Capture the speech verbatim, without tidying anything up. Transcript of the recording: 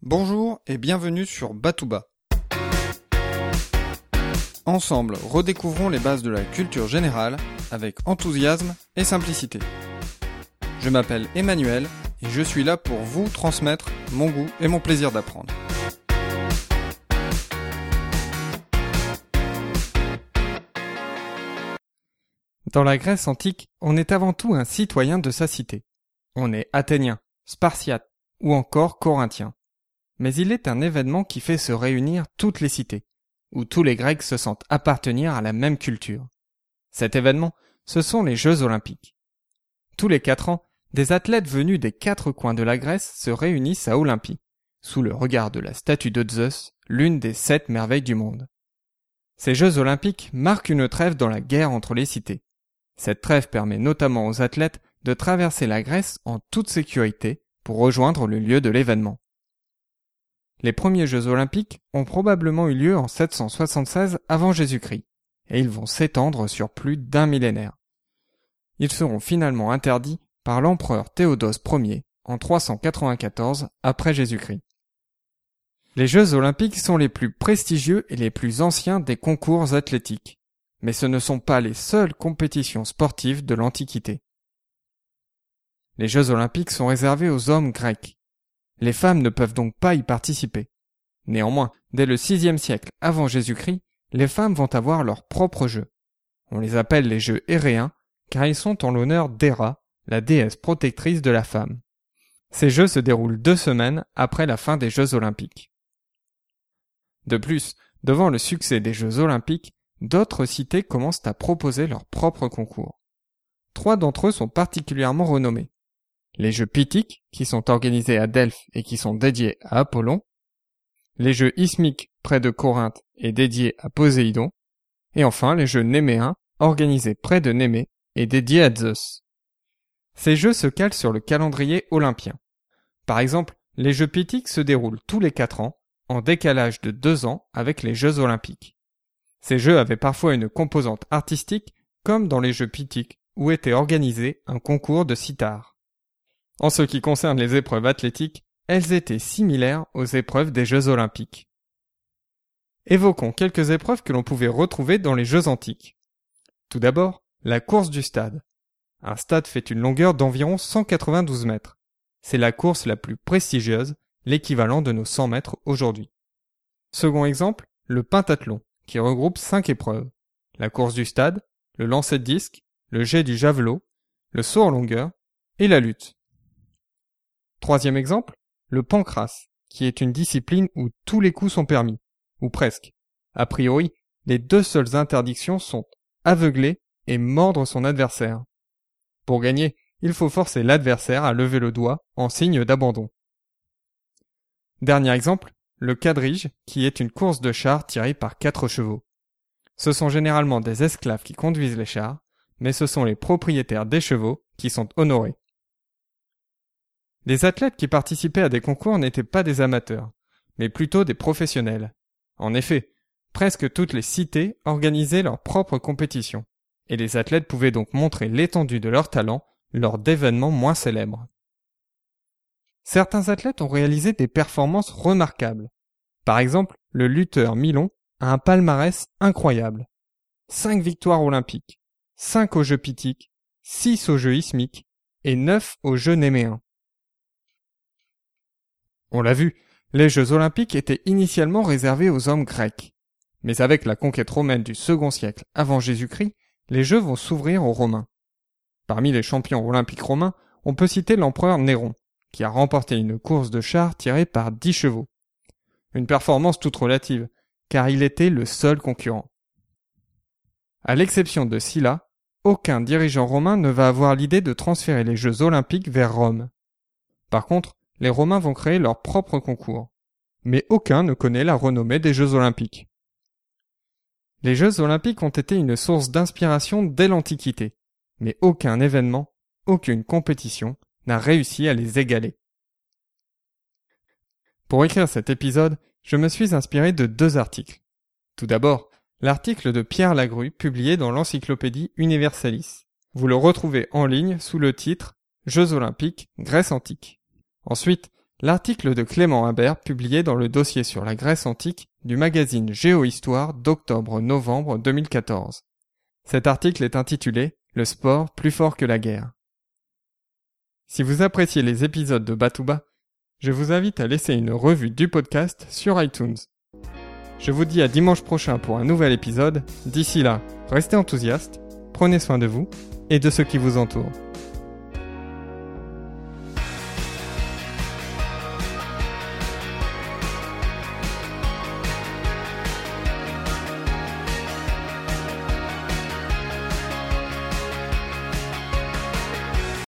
Bonjour et bienvenue sur Batouba. Ensemble, redécouvrons les bases de la culture générale avec enthousiasme et simplicité. Je m'appelle Emmanuel et je suis là pour vous transmettre mon goût et mon plaisir d'apprendre. Dans la Grèce antique, on est avant tout un citoyen de sa cité. On est athénien, spartiate ou encore corinthien. Mais il est un événement qui fait se réunir toutes les cités, où tous les Grecs se sentent appartenir à la même culture. Cet événement, ce sont les Jeux olympiques. Tous les quatre ans, des athlètes venus des quatre coins de la Grèce se réunissent à Olympie, sous le regard de la statue de Zeus, l'une des sept merveilles du monde. Ces Jeux olympiques marquent une trêve dans la guerre entre les cités. Cette trêve permet notamment aux athlètes de traverser la Grèce en toute sécurité pour rejoindre le lieu de l'événement. Les premiers Jeux olympiques ont probablement eu lieu en sept cent soixante-seize avant Jésus-Christ, et ils vont s'étendre sur plus d'un millénaire. Ils seront finalement interdits par l'empereur Théodose Ier en trois cent quatre-vingt-quatorze après Jésus-Christ. Les Jeux olympiques sont les plus prestigieux et les plus anciens des concours athlétiques, mais ce ne sont pas les seules compétitions sportives de l'Antiquité. Les Jeux olympiques sont réservés aux hommes grecs. Les femmes ne peuvent donc pas y participer. Néanmoins, dès le sixième siècle avant Jésus-Christ, les femmes vont avoir leurs propres jeux. On les appelle les Jeux héréens, car ils sont en l'honneur d'Héra, la déesse protectrice de la femme. Ces Jeux se déroulent deux semaines après la fin des Jeux olympiques. De plus, devant le succès des Jeux olympiques, d'autres cités commencent à proposer leurs propres concours. Trois d'entre eux sont particulièrement renommés. Les Jeux Pythiques, qui sont organisés à Delphes et qui sont dédiés à Apollon, les Jeux Isthmiques près de Corinthe et dédiés à Poséidon, et enfin les Jeux Néméens, organisés près de Némée et dédiés à Zeus. Ces Jeux se calent sur le calendrier olympien. Par exemple, les Jeux Pythiques se déroulent tous les quatre ans, en décalage de deux ans avec les Jeux olympiques. Ces Jeux avaient parfois une composante artistique, comme dans les Jeux Pythiques, où était organisé un concours de sitar. En ce qui concerne les épreuves athlétiques, elles étaient similaires aux épreuves des Jeux olympiques. Évoquons quelques épreuves que l'on pouvait retrouver dans les Jeux antiques. Tout d'abord, la course du stade. Un stade fait une longueur d'environ cent quatre-vingt-douze mètres. C'est la course la plus prestigieuse, l'équivalent de nos cent mètres aujourd'hui. Second exemple, le pentathlon, qui regroupe cinq épreuves. La course du stade, le lancer de disque, le jet du javelot, le saut en longueur et la lutte. Troisième exemple, le pancrace, qui est une discipline où tous les coups sont permis, ou presque. A priori, les deux seules interdictions sont aveugler et mordre son adversaire. Pour gagner, il faut forcer l'adversaire à lever le doigt en signe d'abandon. Dernier exemple, le quadrige, qui est une course de chars tirée par quatre chevaux. Ce sont généralement des esclaves qui conduisent les chars, mais ce sont les propriétaires des chevaux qui sont honorés. Les athlètes qui participaient à des concours n'étaient pas des amateurs, mais plutôt des professionnels. En effet, presque toutes les cités organisaient leurs propres compétitions, et les athlètes pouvaient donc montrer l'étendue de leur talent lors d'événements moins célèbres. Certains athlètes ont réalisé des performances remarquables. Par exemple, le lutteur Milon a un palmarès incroyable. Cinq victoires olympiques, cinq aux Jeux Pythiques, six aux Jeux Isthmiques et neuf aux Jeux Néméens. On l'a vu, les Jeux olympiques étaient initialement réservés aux hommes grecs. Mais avec la conquête romaine du second siècle avant Jésus-Christ, les Jeux vont s'ouvrir aux Romains. Parmi les champions olympiques romains, on peut citer l'empereur Néron, qui a remporté une course de chars tirée par dix chevaux. Une performance toute relative, car il était le seul concurrent. À l'exception de Sylla, aucun dirigeant romain ne va avoir l'idée de transférer les Jeux olympiques vers Rome. Par contre, les Romains vont créer leur propre concours. Mais aucun ne connaît la renommée des Jeux olympiques. Les Jeux olympiques ont été une source d'inspiration dès l'Antiquité, mais aucun événement, aucune compétition n'a réussi à les égaler. Pour écrire cet épisode, je me suis inspiré de deux articles. Tout d'abord, l'article de Pierre Lagrue publié dans l'Encyclopédie Universalis. Vous le retrouvez en ligne sous le titre « Jeux olympiques, Grèce antique ». Ensuite, l'article de Clément Imbert publié dans le dossier sur la Grèce antique du magazine Géohistoire d'octobre-novembre deux mille quatorze. Cet article est intitulé « Le sport plus fort que la guerre ». Si vous appréciez les épisodes de Batouba, je vous invite à laisser une revue du podcast sur iTunes. Je vous dis à dimanche prochain pour un nouvel épisode. D'ici là, restez enthousiastes, prenez soin de vous et de ceux qui vous entourent.